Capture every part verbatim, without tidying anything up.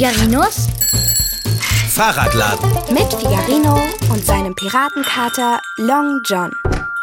Figarinos Fahrradladen mit Figarino und seinem Piratenkater Long John.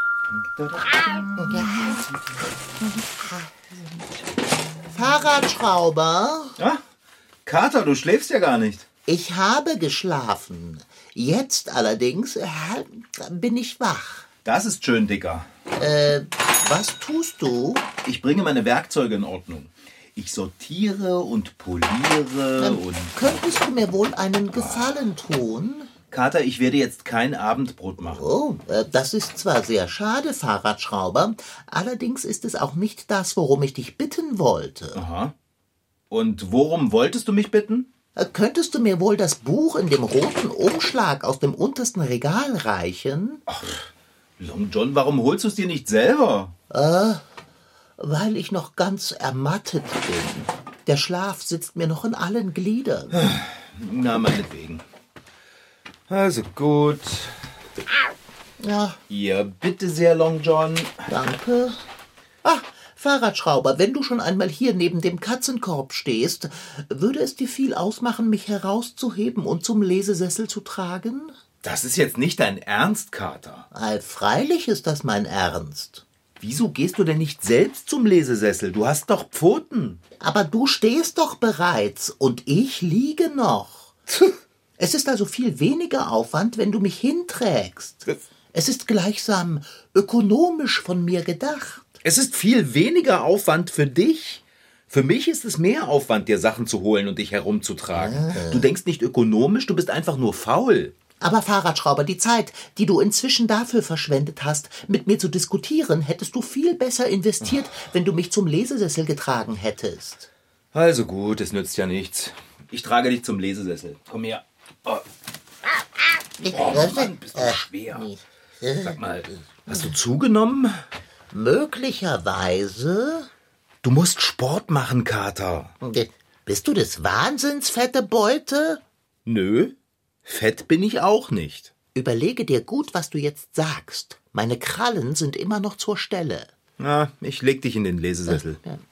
Fahrradschrauber? Ah, Kater, du schläfst ja gar nicht. Ich habe geschlafen. Jetzt allerdings äh, bin ich wach. Das ist schön, Dicker. Äh, was tust du? Ich bringe meine Werkzeuge in Ordnung. Ich sortiere und poliere Ähm, und... Könntest du mir wohl einen Gefallen tun? Kater, ich werde jetzt kein Abendbrot machen. Oh, äh, das ist zwar sehr schade, Fahrradschrauber, allerdings ist es auch nicht das, worum ich dich bitten wollte. Aha. Und worum wolltest du mich bitten? Äh, Könntest du mir wohl das Buch in dem roten Umschlag aus dem untersten Regal reichen? Ach, Long John, warum holst du es dir nicht selber? Äh, weil ich noch ganz ermattet bin. Der Schlaf sitzt mir noch in allen Gliedern. Na, meinetwegen. Also gut. Ja, Ja, bitte sehr, Long John. danke. Ah, Fahrradschrauber, wenn du schon einmal hier neben dem Katzenkorb stehst, würde es dir viel ausmachen, mich herauszuheben und zum Lesesessel zu tragen? Das ist jetzt nicht dein Ernst, Kater. Äh, freilich ist das mein Ernst. Wieso gehst du denn nicht selbst zum Lesesessel? Du hast doch Pfoten. Aber du stehst doch bereits und ich liege noch. Es ist also viel weniger Aufwand, wenn du mich hinträgst. Es ist gleichsam ökonomisch von mir gedacht. Es ist viel weniger Aufwand für dich. Für mich ist es mehr Aufwand, dir Sachen zu holen und dich herumzutragen. Du denkst nicht ökonomisch, du bist einfach nur faul. Aber Fahrradschrauber, die Zeit, die du inzwischen dafür verschwendet hast, mit mir zu diskutieren, hättest du viel besser investiert, wenn du mich zum Lesesessel getragen hättest. Also gut, es nützt ja nichts. Ich trage dich zum Lesesessel. Komm her. Oh, oh Mann, bist du schwer. Sag mal, hast du zugenommen? Möglicherweise? Du musst Sport machen, Kater. Bist du des Wahnsinns, fette Beute? Nö, fett bin ich auch nicht. Überlege dir gut, was du jetzt sagst. Meine Krallen sind immer noch zur Stelle. Na, ich leg dich in den Lesesessel.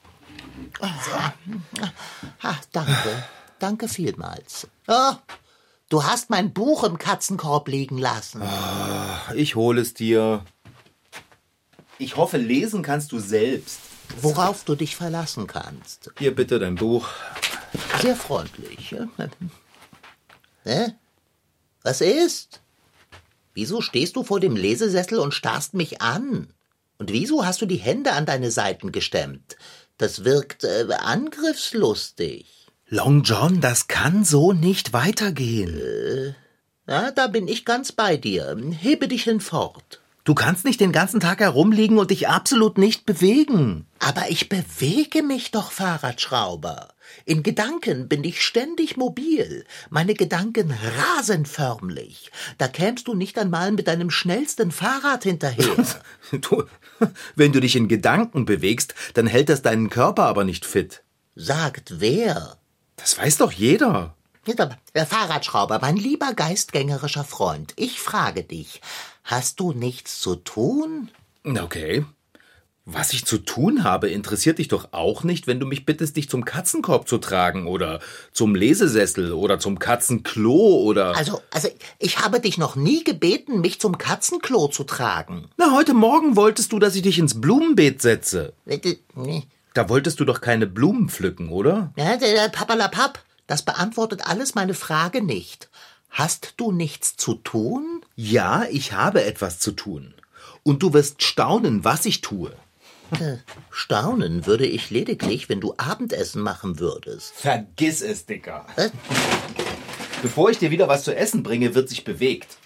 Ah, danke. Danke vielmals. Oh, du hast mein Buch im Katzenkorb liegen lassen. Ich hole es dir. Ich hoffe, lesen kannst du selbst. Worauf du dich verlassen kannst. Hier bitte dein Buch. Sehr freundlich. Hä? Was ist? Wieso stehst du vor dem Lesesessel und starrst mich an? Und wieso hast du die Hände an deine Seiten gestemmt? Das wirkt äh, angriffslustig. Long John, das kann so nicht weitergehen. Äh, ja, da bin ich ganz bei dir. Hebe dich hinfort. Du kannst nicht den ganzen Tag herumliegen und dich absolut nicht bewegen. Aber ich bewege mich doch, Fahrradschrauber. In Gedanken bin ich ständig mobil. Meine Gedanken rasen förmlich. Da kämst du nicht einmal mit deinem schnellsten Fahrrad hinterher. Du, wenn du dich in Gedanken bewegst, dann hält das deinen Körper aber nicht fit. Sagt wer? Das weiß doch jeder. Der Fahrradschrauber, mein lieber geistgängerischer Freund, ich frage dich, hast du nichts zu tun? Okay. Was ich zu tun habe, interessiert dich doch auch nicht, wenn du mich bittest, dich zum Katzenkorb zu tragen oder zum Lesesessel oder zum Katzenklo oder... Also, also, ich habe dich noch nie gebeten, mich zum Katzenklo zu tragen. Na, heute Morgen wolltest du, dass ich dich ins Blumenbeet setze. Nee. Da wolltest du doch keine Blumen pflücken, oder? Ja, der Papalapap, das beantwortet alles meine Frage nicht. Hast du nichts zu tun? Ja, ich habe etwas zu tun. Und du wirst staunen, was ich tue. Äh, staunen würde ich lediglich, wenn du Abendessen machen würdest. Vergiss es, Dicker. Äh? Bevor ich dir wieder was zu essen bringe, wird sich bewegt.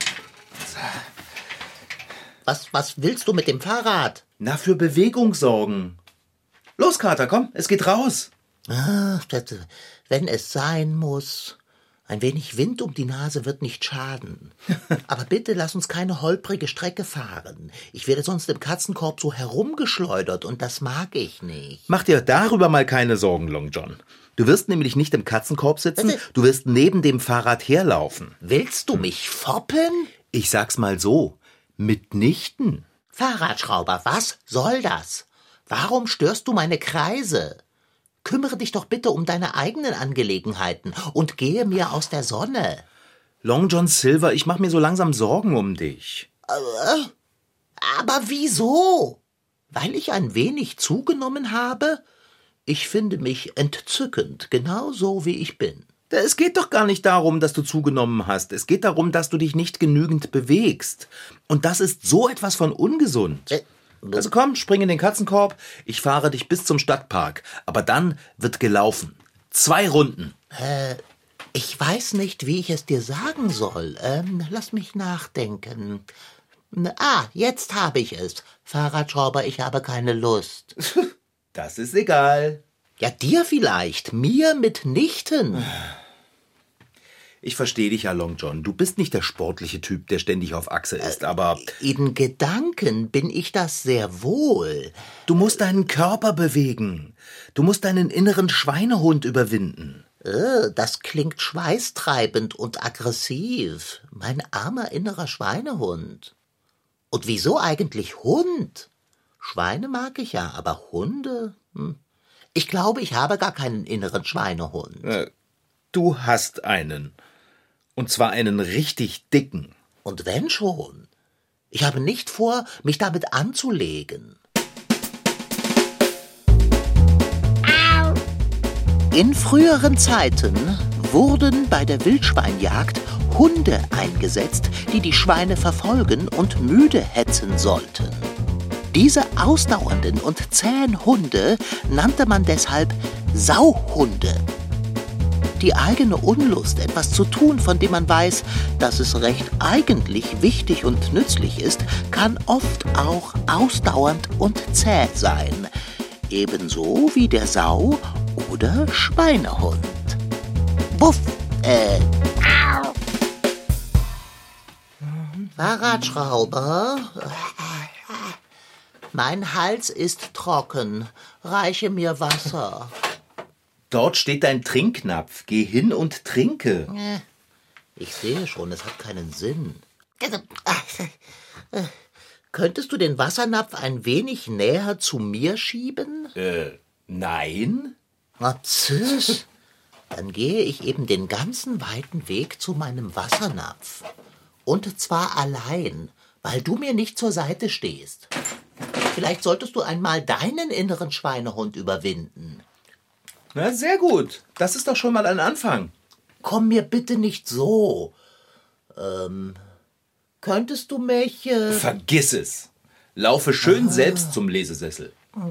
Was, was willst du mit dem Fahrrad? Na, für Bewegung sorgen. Los, Kater, komm, es geht raus. Ah, das, wenn es sein muss. Ein wenig Wind um die Nase wird nicht schaden. Aber bitte lass uns keine holprige Strecke fahren. Ich werde sonst im Katzenkorb so herumgeschleudert und das mag ich nicht. Mach dir darüber mal keine Sorgen, Long John. Du wirst nämlich nicht im Katzenkorb sitzen, du wirst neben dem Fahrrad herlaufen. Willst du mich foppen? Ich sag's mal so, mitnichten. Fahrradschrauber, was soll das? Warum störst du meine Kreise? kümmere dich doch bitte um deine eigenen Angelegenheiten und gehe mir aus der Sonne. Long John Silver, ich mache mir so langsam Sorgen um dich. Äh, aber wieso? Weil ich ein wenig zugenommen habe? Ich finde mich entzückend, genau so wie ich bin. Es geht doch gar nicht darum, dass du zugenommen hast. Es geht darum, dass du dich nicht genügend bewegst. Und das ist so etwas von ungesund. Äh, Also komm, spring in den Katzenkorb. Ich fahre dich bis zum Stadtpark. Aber dann wird gelaufen. Zwei Runden. Äh, ich weiß nicht, wie ich es dir sagen soll. Ähm, lass mich nachdenken. Ah, jetzt habe ich es. Fahrradschrauber, ich habe keine Lust. Das ist egal. Ja, dir vielleicht, mir mitnichten. Ich verstehe dich ja, Long John. Du bist nicht der sportliche Typ, der ständig auf Achse ist, aber... In Gedanken bin ich das sehr wohl. Du musst deinen Körper bewegen. Du musst deinen inneren Schweinehund überwinden. Äh, das klingt schweißtreibend und aggressiv. Mein armer innerer Schweinehund. Und wieso eigentlich Hund? Schweine mag ich ja, aber Hunde? Hm. Ich glaube, ich habe gar keinen inneren Schweinehund. Äh, du hast einen. Und zwar einen richtig dicken. Und wenn schon. Ich habe nicht vor, mich damit anzulegen. In früheren Zeiten wurden bei der Wildschweinjagd Hunde eingesetzt, die die Schweine verfolgen und müde hetzen sollten. Diese ausdauernden und zähen Hunde nannte man deshalb Sauhunde. Die eigene Unlust, etwas zu tun, von dem man weiß, dass es recht eigentlich wichtig und nützlich ist, kann oft auch ausdauernd und zäh sein. Ebenso wie der Sau- oder Schweinehund. Wuff, äh, au. Fahrradschrauber. Mein Hals ist trocken. Reiche mir Wasser. Dort steht dein Trinknapf. Geh hin und trinke. Ich sehe schon, es hat keinen Sinn. Könntest du den Wassernapf ein wenig näher zu mir schieben? Äh, nein? Na, tschüss. Dann gehe ich eben den ganzen weiten Weg zu meinem Wassernapf. Und zwar allein, weil du mir nicht zur Seite stehst. Vielleicht solltest du einmal deinen inneren Schweinehund überwinden. Na, sehr gut. Das ist doch schon mal ein Anfang. Komm mir bitte nicht so. Ähm, könntest du mich... Äh Vergiss es. Laufe schön ah. selbst zum Lesesessel.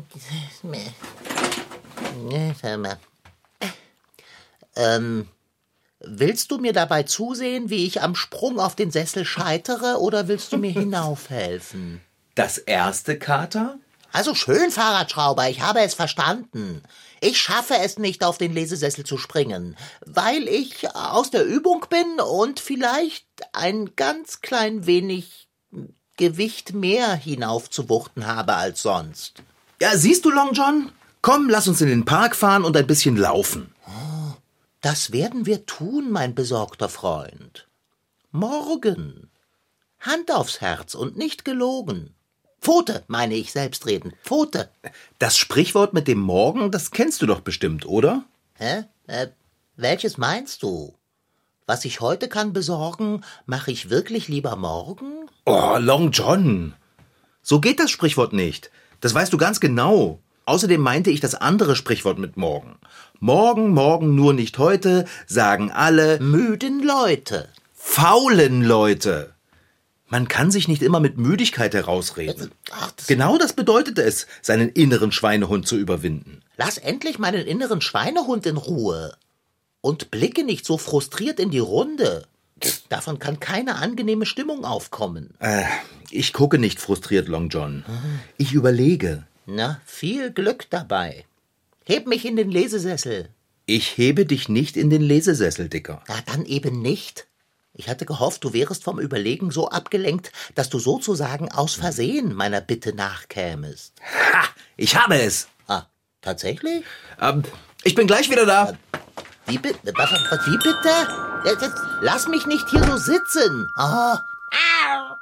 Ähm, willst du mir dabei zusehen, wie ich am Sprung auf den Sessel scheitere, oder willst du mir hinaufhelfen? Das erste, Kater? Also schön, Fahrradschrauber, ich habe es verstanden. Ich schaffe es nicht, auf den Lesesessel zu springen, weil ich aus der Übung bin und vielleicht ein ganz klein wenig Gewicht mehr hinaufzuwuchten habe als sonst. Ja, siehst du, Long John? Komm, lass uns in den Park fahren und ein bisschen laufen. Das werden wir tun, mein besorgter Freund. Morgen. Hand aufs Herz und nicht gelogen. Pfote, meine ich selbstredend. Pfote. Das Sprichwort mit dem Morgen, das kennst du doch bestimmt, oder? Hä? Äh, welches meinst du? Was ich heute kann besorgen, mache ich wirklich lieber morgen? Oh, Long John. So geht das Sprichwort nicht. Das weißt du ganz genau. Außerdem meinte ich das andere Sprichwort mit morgen. Morgen, morgen, nur nicht heute, sagen alle müden Leute. Faulen Leute. Man kann sich nicht immer mit Müdigkeit herausreden. Ach, das genau das bedeutet es, seinen inneren Schweinehund zu überwinden. Lass endlich meinen inneren Schweinehund in Ruhe. Und blicke nicht so frustriert in die Runde. Davon kann keine angenehme Stimmung aufkommen. Äh, ich gucke nicht frustriert, Long John. Ich überlege. Na, viel Glück dabei. Heb mich in den Lesesessel. Ich hebe dich nicht in den Lesesessel, Dicker. Na, dann eben nicht. Ich hatte gehofft, du wärest vom Überlegen so abgelenkt, dass du sozusagen aus Versehen meiner Bitte nachkämest. Ha! Ich habe es! Ah, tatsächlich? Ähm, ich bin gleich wieder da. Wie bitte? Was, was, wie bitte? Jetzt, jetzt, lass mich nicht hier so sitzen. Ah. Au.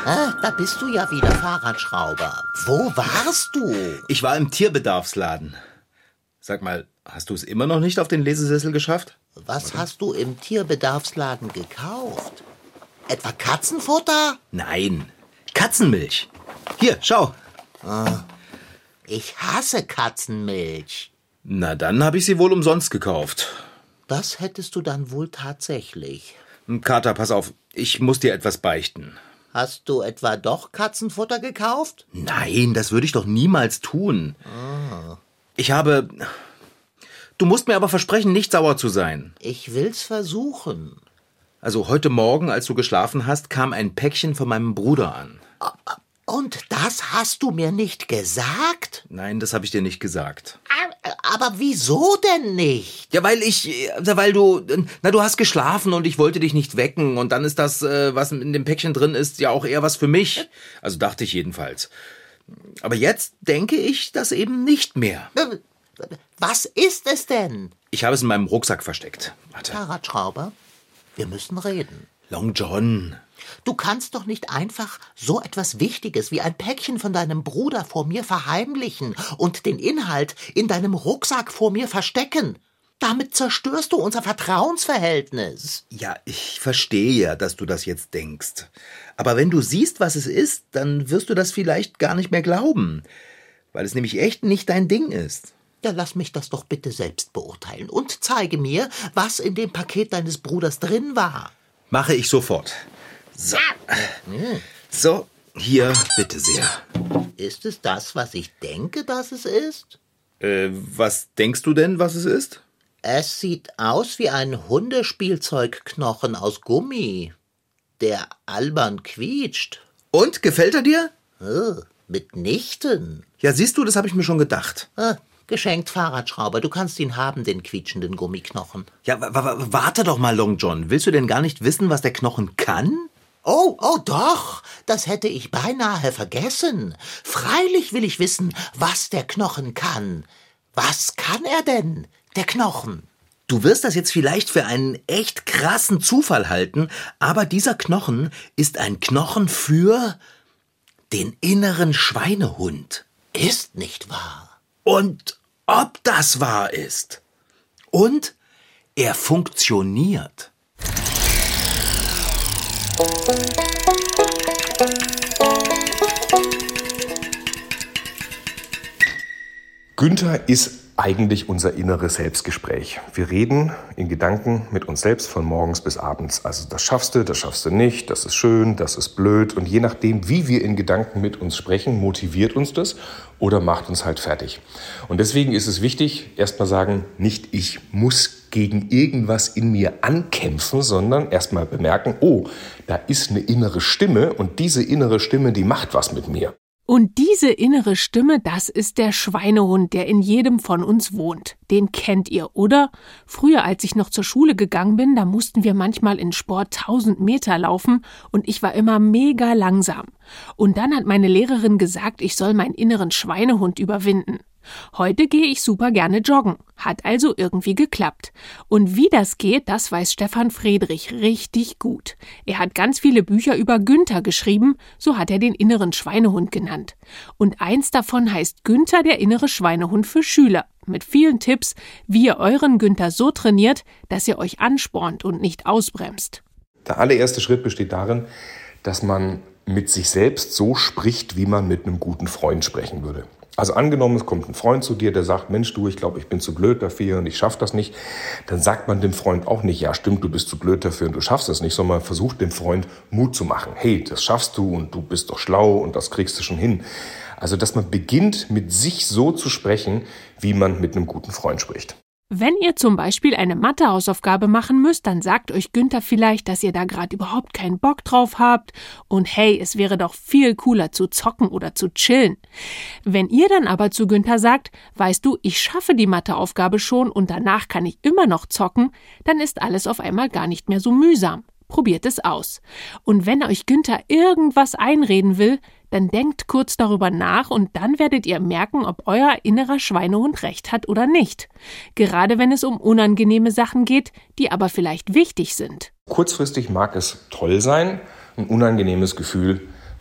Ah, da bist du ja wieder, Fahrradschrauber. Wo warst du? Ich war im Tierbedarfsladen. Sag mal, hast du es immer noch nicht auf den Lesesessel geschafft? Was Oder? hast du im Tierbedarfsladen gekauft? Etwa Katzenfutter? Nein, Katzenmilch. Hier, schau. Ah, ich hasse Katzenmilch. Na, dann habe ich sie wohl umsonst gekauft. Das hättest du dann wohl tatsächlich. Kater, pass auf, ich muss dir etwas beichten. Hast du etwa doch Katzenfutter gekauft? Nein, das würde ich doch niemals tun. Ah. Ich habe... Du musst mir aber versprechen, nicht sauer zu sein. Ich will's versuchen. Also heute Morgen, als du geschlafen hast, kam ein Päckchen von meinem Bruder an. Und das hast du mir nicht gesagt? Nein, das habe ich dir nicht gesagt. Aber wieso denn nicht? Ja, weil ich, weil du, na, du hast geschlafen und ich wollte dich nicht wecken und dann ist das, was in dem Päckchen drin ist, ja auch eher was für mich. Also dachte ich jedenfalls. Aber jetzt denke ich das eben nicht mehr. Was ist es denn? Ich habe es in meinem Rucksack versteckt. Warte. Fahrradschrauber, wir müssen reden. Long John. Du kannst doch nicht einfach so etwas Wichtiges wie ein Päckchen von deinem Bruder vor mir verheimlichen und den Inhalt in deinem Rucksack vor mir verstecken. Damit zerstörst du unser Vertrauensverhältnis. Ja, ich verstehe ja, dass du das jetzt denkst. Aber wenn du siehst, was es ist, dann wirst du das vielleicht gar nicht mehr glauben. Weil es nämlich echt nicht dein Ding ist. Ja, lass mich das doch bitte selbst beurteilen und zeige mir, was in dem Paket deines Bruders drin war. Mache ich sofort. So. So, hier, bitte sehr. Ist es das, was ich denke, dass es ist? Äh, was denkst du denn, was es ist? Es sieht aus wie ein Hundespielzeugknochen aus Gummi, der albern quietscht. Und, gefällt er dir? Oh, mitnichten. Ja, siehst du, das habe ich mir schon gedacht. Ah, geschenkt, Fahrradschrauber, du kannst ihn haben, den quietschenden Gummiknochen. Ja, w- w- warte doch mal, Long John. Willst du denn gar nicht wissen, was der Knochen kann? Oh, oh doch, das hätte ich beinahe vergessen. Freilich will ich wissen, was der Knochen kann. Was kann er denn, der Knochen? Du wirst das jetzt vielleicht für einen echt krassen Zufall halten, aber dieser Knochen ist ein Knochen für den inneren Schweinehund. Ist nicht wahr. Und ob das wahr ist. Und er funktioniert. Günther ist eigentlich unser inneres Selbstgespräch. Wir reden in Gedanken mit uns selbst von morgens bis abends. Also das schaffst du, das schaffst du nicht, das ist schön, das ist blöd. Und je nachdem, wie wir in Gedanken mit uns sprechen, motiviert uns das oder macht uns halt fertig. Und deswegen ist es wichtig, erstmal sagen, nicht ich muss gegen irgendwas in mir ankämpfen, sondern erstmal bemerken, oh, da ist eine innere Stimme und diese innere Stimme, die macht was mit mir. Und diese innere Stimme, das ist der Schweinehund, der in jedem von uns wohnt. Den kennt ihr, oder? Früher, als ich noch zur Schule gegangen bin, da mussten wir manchmal in Sport tausend Meter laufen und ich war immer mega langsam. Und dann hat meine Lehrerin gesagt, ich soll meinen inneren Schweinehund überwinden. Heute gehe ich super gerne joggen. Hat also irgendwie geklappt. Und wie das geht, das weiß Stefan Friedrich richtig gut. Er hat ganz viele Bücher über Günther geschrieben, so hat er den inneren Schweinehund genannt. Und eins davon heißt Günther, der innere Schweinehund für Schüler. Mit vielen Tipps, wie ihr euren Günther so trainiert, dass ihr euch anspornt und nicht ausbremst. Der allererste Schritt besteht darin, dass man mit sich selbst so spricht, wie man mit einem guten Freund sprechen würde. Also angenommen, es kommt ein Freund zu dir, der sagt, Mensch, du, ich glaube, ich bin zu blöd dafür und ich schaffe das nicht. Dann sagt man dem Freund auch nicht, ja stimmt, du bist zu blöd dafür und du schaffst es nicht, sondern man versucht dem Freund Mut zu machen. Hey, das schaffst du und du bist doch schlau und das kriegst du schon hin. Also, dass man beginnt, mit sich so zu sprechen, wie man mit einem guten Freund spricht. Wenn ihr zum Beispiel eine Mathehausaufgabe machen müsst, dann sagt euch Günther vielleicht, dass ihr da gerade überhaupt keinen Bock drauf habt und hey, es wäre doch viel cooler zu zocken oder zu chillen. Wenn ihr dann aber zu Günther sagt, weißt du, ich schaffe die Matheaufgabe schon und danach kann ich immer noch zocken, dann ist alles auf einmal gar nicht mehr so mühsam. Probiert es aus. Und wenn euch Günther irgendwas einreden will, dann denkt kurz darüber nach und dann werdet ihr merken, ob euer innerer Schweinehund recht hat oder nicht. Gerade wenn es um unangenehme Sachen geht, die aber vielleicht wichtig sind. Kurzfristig mag es toll sein, ein unangenehmes Gefühl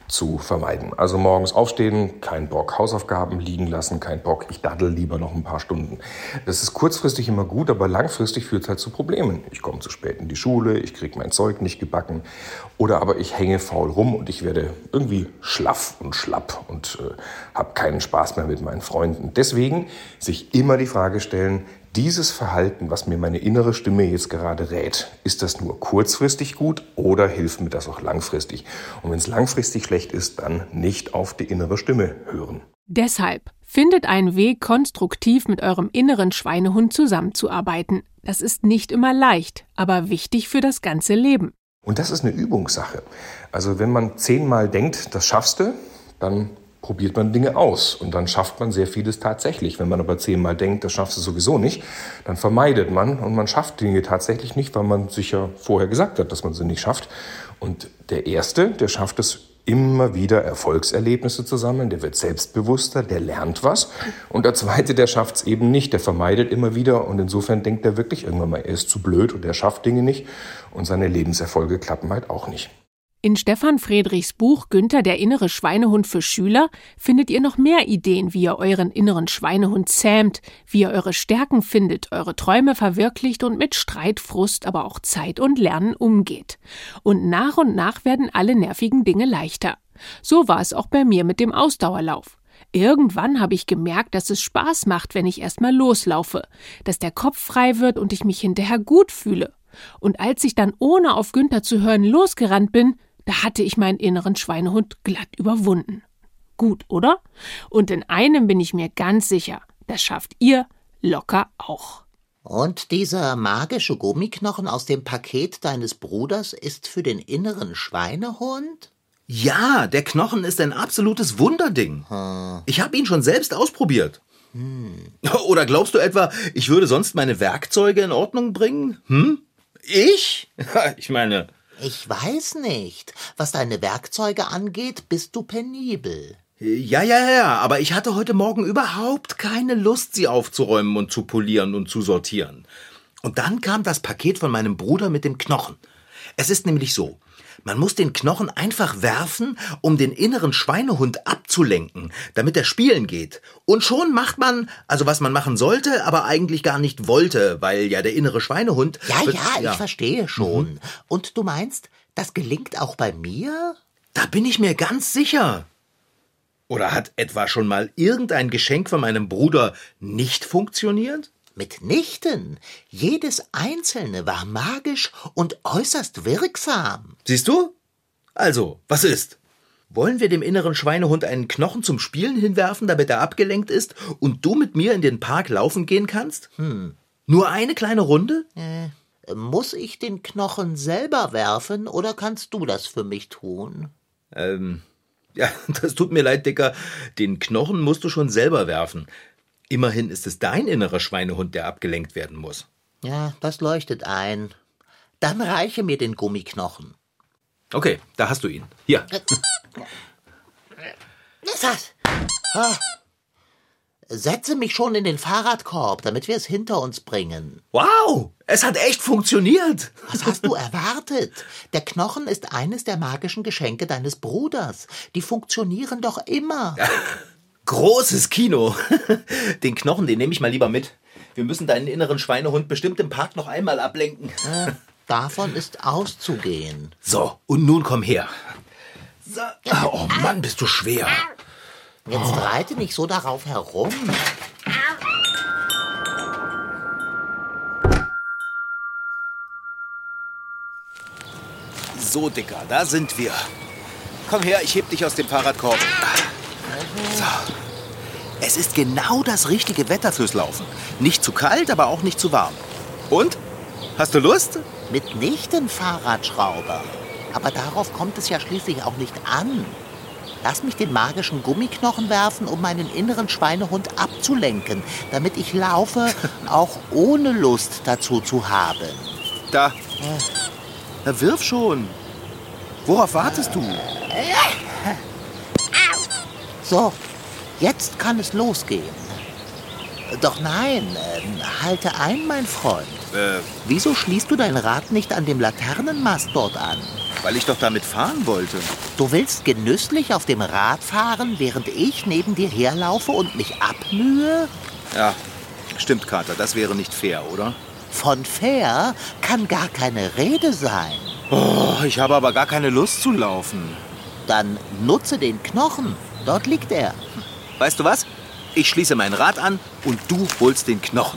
zu vermeiden. Also morgens aufstehen, kein Bock, Hausaufgaben liegen lassen, kein Bock, ich daddel lieber noch ein paar Stunden. Das ist kurzfristig immer gut, aber langfristig führt es halt zu Problemen. Ich komme zu spät in die Schule, ich kriege mein Zeug nicht gebacken oder aber ich hänge faul rum und ich werde irgendwie schlaff und schlapp und äh, habe keinen Spaß mehr mit meinen Freunden. Deswegen sich immer die Frage stellen, dieses Verhalten, was mir meine innere Stimme jetzt gerade rät, ist das nur kurzfristig gut oder hilft mir das auch langfristig? Und wenn es langfristig schlecht ist, dann nicht auf die innere Stimme hören. Deshalb findet einen Weg, konstruktiv mit eurem inneren Schweinehund zusammenzuarbeiten. Das ist nicht immer leicht, aber wichtig für das ganze Leben. Und das ist eine Übungssache. Also wenn man zehnmal denkt, das schaffst du, dann probiert man Dinge aus und dann schafft man sehr vieles tatsächlich. Wenn man aber zehnmal denkt, das schaffst du sowieso nicht, dann vermeidet man und man schafft Dinge tatsächlich nicht, weil man sich ja vorher gesagt hat, dass man sie nicht schafft. Und der Erste, der schafft es immer wieder Erfolgserlebnisse zu sammeln, der wird selbstbewusster, der lernt was. Und der Zweite, der schafft es eben nicht, der vermeidet immer wieder und insofern denkt er wirklich irgendwann mal, er ist zu blöd und er schafft Dinge nicht und seine Lebenserfolge klappen halt auch nicht. In Stefan Friedrichs Buch Günther, der innere Schweinehund für Schüler, findet ihr noch mehr Ideen, wie ihr euren inneren Schweinehund zähmt, wie ihr eure Stärken findet, eure Träume verwirklicht und mit Streit, Frust, aber auch Zeit und Lernen umgeht. Und nach und nach werden alle nervigen Dinge leichter. So war es auch bei mir mit dem Ausdauerlauf. Irgendwann habe ich gemerkt, dass es Spaß macht, wenn ich erstmal loslaufe, dass der Kopf frei wird und ich mich hinterher gut fühle. Und als ich dann ohne auf Günther zu hören losgerannt bin, da hatte ich meinen inneren Schweinehund glatt überwunden. Gut, oder? Und in einem bin ich mir ganz sicher, das schafft ihr locker auch. Und dieser magische Gummiknochen aus dem Paket deines Bruders ist für den inneren Schweinehund? Ja, der Knochen ist ein absolutes Wunderding. Hm. Ich habe ihn schon selbst ausprobiert. Hm. Oder glaubst du etwa, ich würde sonst meine Werkzeuge in Ordnung bringen? Hm? Ich? Ich meine... Ich weiß nicht. Was deine Werkzeuge angeht, bist du penibel. Ja, ja, ja, aber ich hatte heute Morgen überhaupt keine Lust, sie aufzuräumen und zu polieren und zu sortieren. Und dann kam das Paket von meinem Bruder mit dem Knochen. Es ist nämlich so, man muss den Knochen einfach werfen, um den inneren Schweinehund abzulenken, damit er spielen geht. Und schon macht man, also was man machen sollte, aber eigentlich gar nicht wollte, weil ja der innere Schweinehund... Ja, wird, ja, ja, ich verstehe schon. Mhm. Und du meinst, das gelingt auch bei mir? Da bin ich mir ganz sicher. Oder hat etwa schon mal irgendein Geschenk von meinem Bruder nicht funktioniert? Mitnichten. Jedes einzelne war magisch und äußerst wirksam. Siehst du? Also, was ist? Wollen wir dem inneren Schweinehund einen Knochen zum Spielen hinwerfen, damit er abgelenkt ist und du mit mir in den Park laufen gehen kannst? Hm. Nur eine kleine Runde? Äh, muss ich den Knochen selber werfen oder kannst du das für mich tun? Ähm, ja, das tut mir leid, Dicker. Den Knochen musst du schon selber werfen. Immerhin ist es dein innerer Schweinehund, der abgelenkt werden muss. Ja, das leuchtet ein. Dann reiche mir den Gummiknochen. Okay, da hast du ihn. Hier. Was? Ah. Setze mich schon in den Fahrradkorb, damit wir es hinter uns bringen. Wow, es hat echt funktioniert. Was hast du erwartet? Der Knochen ist eines der magischen Geschenke deines Bruders. Die funktionieren doch immer. Großes Kino. Den Knochen, den nehme ich mal lieber mit. Wir müssen deinen inneren Schweinehund bestimmt im Park noch einmal ablenken. Äh, davon ist auszugehen. So, und nun komm her. So. Oh Mann, bist du schwer. Jetzt oh. reite nicht so darauf herum. So, Dicker, da sind wir. Komm her, ich heb dich aus dem Fahrradkorb. So. Es ist genau das richtige Wetter fürs Laufen. Nicht zu kalt, aber auch nicht zu warm. Und? Hast du Lust? Mitnichten, Fahrradschrauber. Aber darauf kommt es ja schließlich auch nicht an. Lass mich den magischen Gummiknochen werfen, um meinen inneren Schweinehund abzulenken, damit ich laufe, auch ohne Lust dazu zu haben. Da. Na, wirf schon. Worauf wartest du? So, jetzt kann es losgehen. Doch nein, äh, halte ein, mein Freund. Äh. Wieso schließt du dein Rad nicht an dem Laternenmast dort an? Weil ich doch damit fahren wollte. Du willst genüsslich auf dem Rad fahren, während ich neben dir herlaufe und mich abmühe? Ja, stimmt, Kater, das wäre nicht fair, oder? Von fair kann gar keine Rede sein. Oh, ich habe aber gar keine Lust zu laufen. Dann nutze den Knochen. Dort liegt er. Weißt du was? Ich schließe mein Rad an und du holst den Knochen.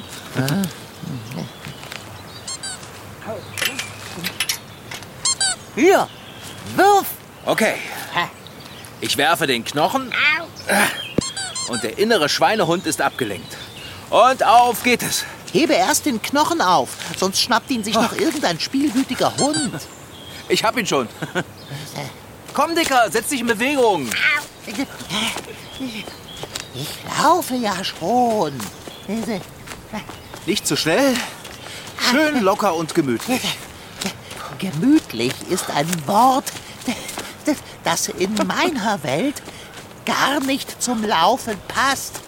Hier, wirf! Okay. Ich werfe den Knochen und der innere Schweinehund ist abgelenkt. Und auf geht es. Hebe erst den Knochen auf, sonst schnappt ihn sich noch irgendein spielwütiger Hund. Ich hab ihn schon. Komm, Dicker, setz dich in Bewegung. Ich laufe ja schon. Nicht zu schnell. Schön locker und gemütlich. Gemütlich ist ein Wort, das in meiner Welt gar nicht zum Laufen passt.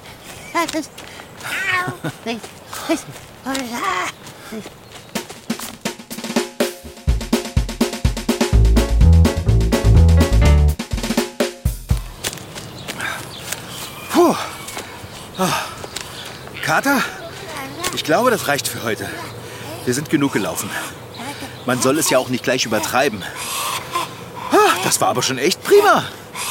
Puh. Oh. Kater, ich glaube, das reicht für heute. Wir sind genug gelaufen. Man soll es ja auch nicht gleich übertreiben. Ah, das war aber schon echt prima.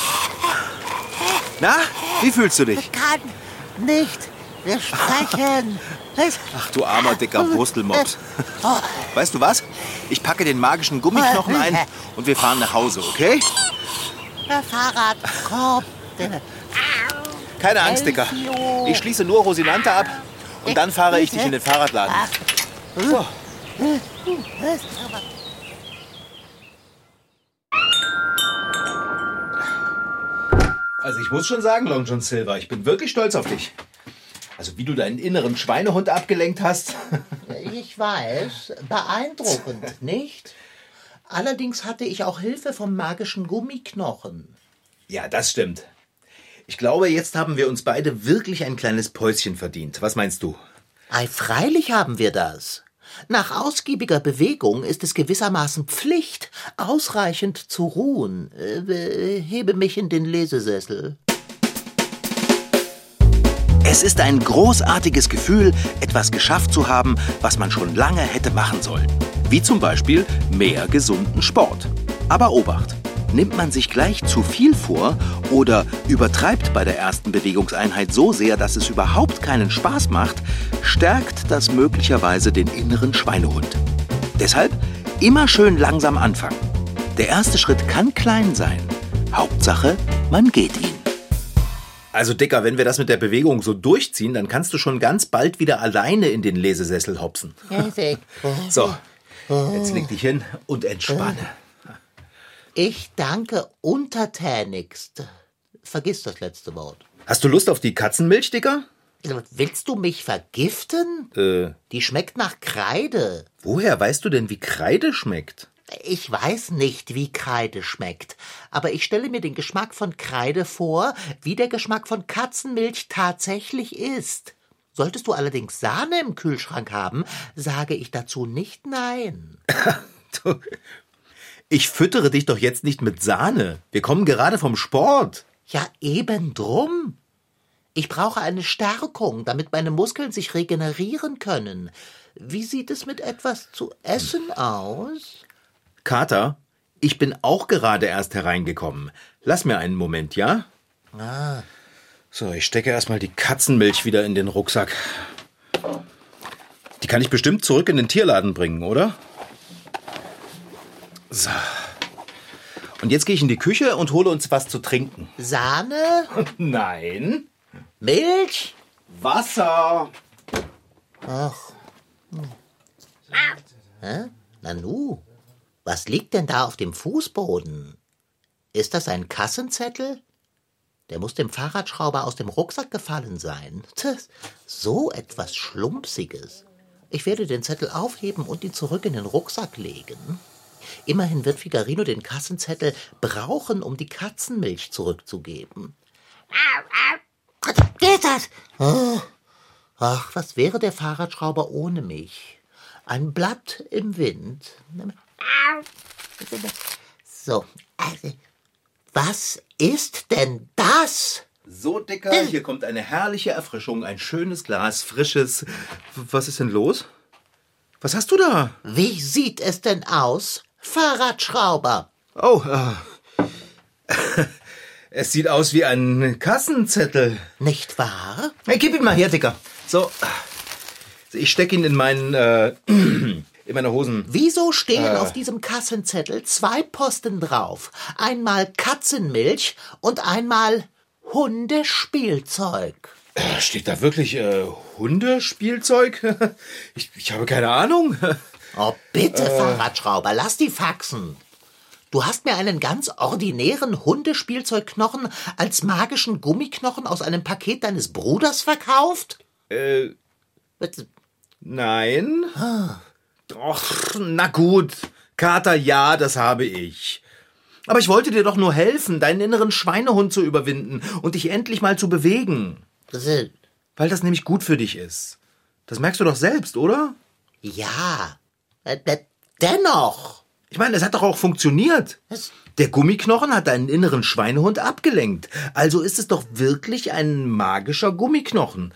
Na, wie fühlst du dich? Ich kann nicht sprechen. Ach, du armer, dicker Wurstelmops. Weißt du was? Ich packe den magischen Gummiknochen ein und wir fahren nach Hause, okay? Der Fahrrad kommt. Keine Angst, Dicker. Ich schließe nur Rosinante ab und dann fahre ich dich in den Fahrradladen. So. Also ich muss schon sagen, Long John Silver, ich bin wirklich stolz auf dich. Also wie du deinen inneren Schweinehund abgelenkt hast. Ich weiß, beeindruckend, nicht? Allerdings hatte ich auch Hilfe vom magischen Gummiknochen. Ja, das stimmt. Ich glaube, jetzt haben wir uns beide wirklich ein kleines Päuschen verdient. Was meinst du? Ei, freilich haben wir das. Nach ausgiebiger Bewegung ist es gewissermaßen Pflicht, ausreichend zu ruhen. Äh, hebe mich in den Lesesessel. Es ist ein großartiges Gefühl, etwas geschafft zu haben, was man schon lange hätte machen sollen. Wie zum Beispiel mehr gesunden Sport. Aber Obacht! Nimmt man sich gleich zu viel vor oder übertreibt bei der ersten Bewegungseinheit so sehr, dass es überhaupt keinen Spaß macht, stärkt das möglicherweise den inneren Schweinehund. Deshalb immer schön langsam anfangen. Der erste Schritt kann klein sein. Hauptsache, man geht ihn. Also Dicker, wenn wir das mit der Bewegung so durchziehen, dann kannst du schon ganz bald wieder alleine in den Lesesessel hopsen. So, jetzt leg dich hin und entspanne. Ich danke untertänigst. Vergiss das letzte Wort. Hast du Lust auf die Katzenmilch, Dicker? Willst du mich vergiften? Äh. Die schmeckt nach Kreide. Woher weißt du denn, wie Kreide schmeckt? Ich weiß nicht, wie Kreide schmeckt, aber ich stelle mir den Geschmack von Kreide vor, wie der Geschmack von Katzenmilch tatsächlich ist. Solltest du allerdings Sahne im Kühlschrank haben, sage ich dazu nicht nein. du, ich füttere dich doch jetzt nicht mit Sahne. Wir kommen gerade vom Sport. Ja, eben drum. Ich brauche eine Stärkung, damit meine Muskeln sich regenerieren können. Wie sieht es mit etwas zu essen aus? Kater, ich bin auch gerade erst hereingekommen. Lass mir einen Moment, ja? Ah. So, ich stecke erstmal die Katzenmilch wieder in den Rucksack. Die kann ich bestimmt zurück in den Tierladen bringen, oder? So. Und jetzt gehe ich in die Küche und hole uns was zu trinken. Sahne? Nein. Milch? Wasser. Ach. Hä? Nanu, was liegt denn da auf dem Fußboden? Ist das ein Kassenzettel? Der muss dem Fahrradschrauber aus dem Rucksack gefallen sein. Tch, so etwas Schlumpsiges. Ich werde den Zettel aufheben und ihn zurück in den Rucksack legen. Immerhin wird Figarino den Kassenzettel brauchen, um die Katzenmilch zurückzugeben. Geht das? Oh. Ach, was wäre der Fahrradschrauber ohne mich? Ein Blatt im Wind. So, also, was ist denn das? So, Dicker, hier kommt eine herrliche Erfrischung, ein schönes Glas, frisches... Was ist denn los? Was hast du da? Wie sieht es denn aus, Fahrradschrauber? Oh, äh, es sieht aus wie ein Kassenzettel. Nicht wahr? Hey, gib ihn mal her, Dicker. So, ich stecke ihn in meinen, äh, in meine Hosen. Wieso stehen äh. auf diesem Kassenzettel zwei Posten drauf? Einmal Katzenmilch und einmal Hundespielzeug. Steht da wirklich äh, Hundespielzeug? Ich, ich habe keine Ahnung. Oh, bitte, äh. Fahrradschrauber, lass die Faxen. Du hast mir einen ganz ordinären Hundespielzeugknochen als magischen Gummiknochen aus einem Paket deines Bruders verkauft? Äh, nein. Och, na gut. Kater, ja, das habe ich. Aber ich wollte dir doch nur helfen, deinen inneren Schweinehund zu überwinden und dich endlich mal zu bewegen. Weil das nämlich gut für dich ist. Das merkst du doch selbst, oder? Ja, äh, dennoch. Ich meine, es hat doch auch funktioniert. Was? Der Gummiknochen hat deinen inneren Schweinehund abgelenkt. Also ist es doch wirklich ein magischer Gummiknochen.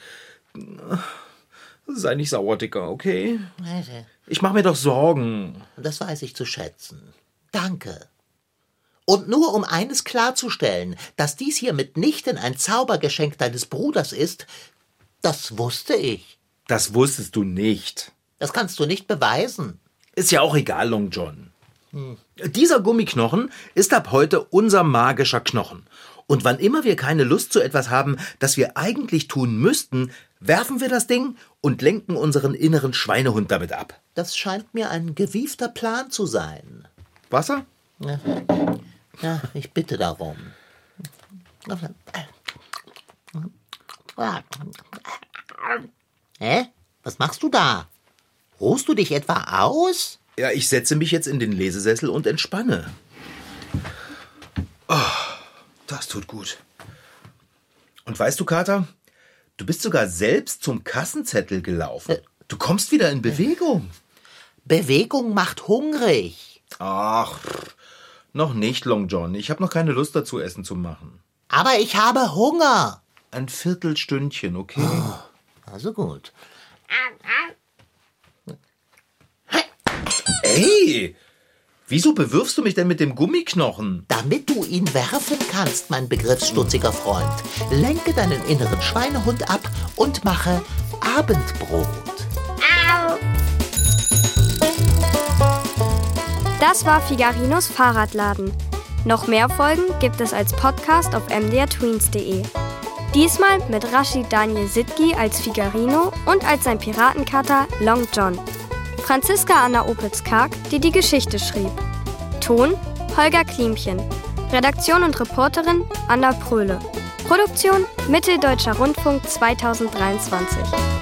Sei nicht sauer, Dicker, okay? Ich mache mir doch Sorgen. Das weiß ich zu schätzen. Danke. Und nur um eines klarzustellen, dass dies hier mitnichten ein Zaubergeschenk deines Bruders ist, das wusste ich. Das wusstest du nicht. Das kannst du nicht beweisen. Ist ja auch egal, Long John. Hm. Dieser Gummiknochen ist ab heute unser magischer Knochen. Und wann immer wir keine Lust zu etwas haben, das wir eigentlich tun müssten, werfen wir das Ding und lenken unseren inneren Schweinehund damit ab. Das scheint mir ein gewiefter Plan zu sein. Wasser? Ja, ja, ich bitte darum. Hä? Was machst du da? Ruhst du dich etwa aus? Ja, ich setze mich jetzt in den Lesesessel und entspanne. Oh, das tut gut. Und weißt du, Kater, du bist sogar selbst zum Kassenzettel gelaufen. Du kommst wieder in Bewegung. Bewegung macht hungrig. Ach, noch nicht, Long John. Ich habe noch keine Lust dazu, Essen zu machen. Aber ich habe Hunger. Ein Viertelstündchen, okay? Oh, also gut. Ey, wieso bewirfst du mich denn mit dem Gummiknochen? Damit du ihn werfen kannst, mein begriffsstutziger Freund. Lenke deinen inneren Schweinehund ab und mache Abendbrot. Das war Figarinos Fahrradladen. Noch mehr Folgen gibt es als Podcast auf m d r tweens punkt d e. Diesmal mit Rashid Daniel Sidgi als Figarino und als sein Piratenkater Long John. Franziska Anna Opitz-Karg, die die Geschichte schrieb. Ton Holger Klimchen. Redaktion und Reporterin Anna Pröhle. Produktion Mitteldeutscher Rundfunk zweitausenddreiundzwanzig.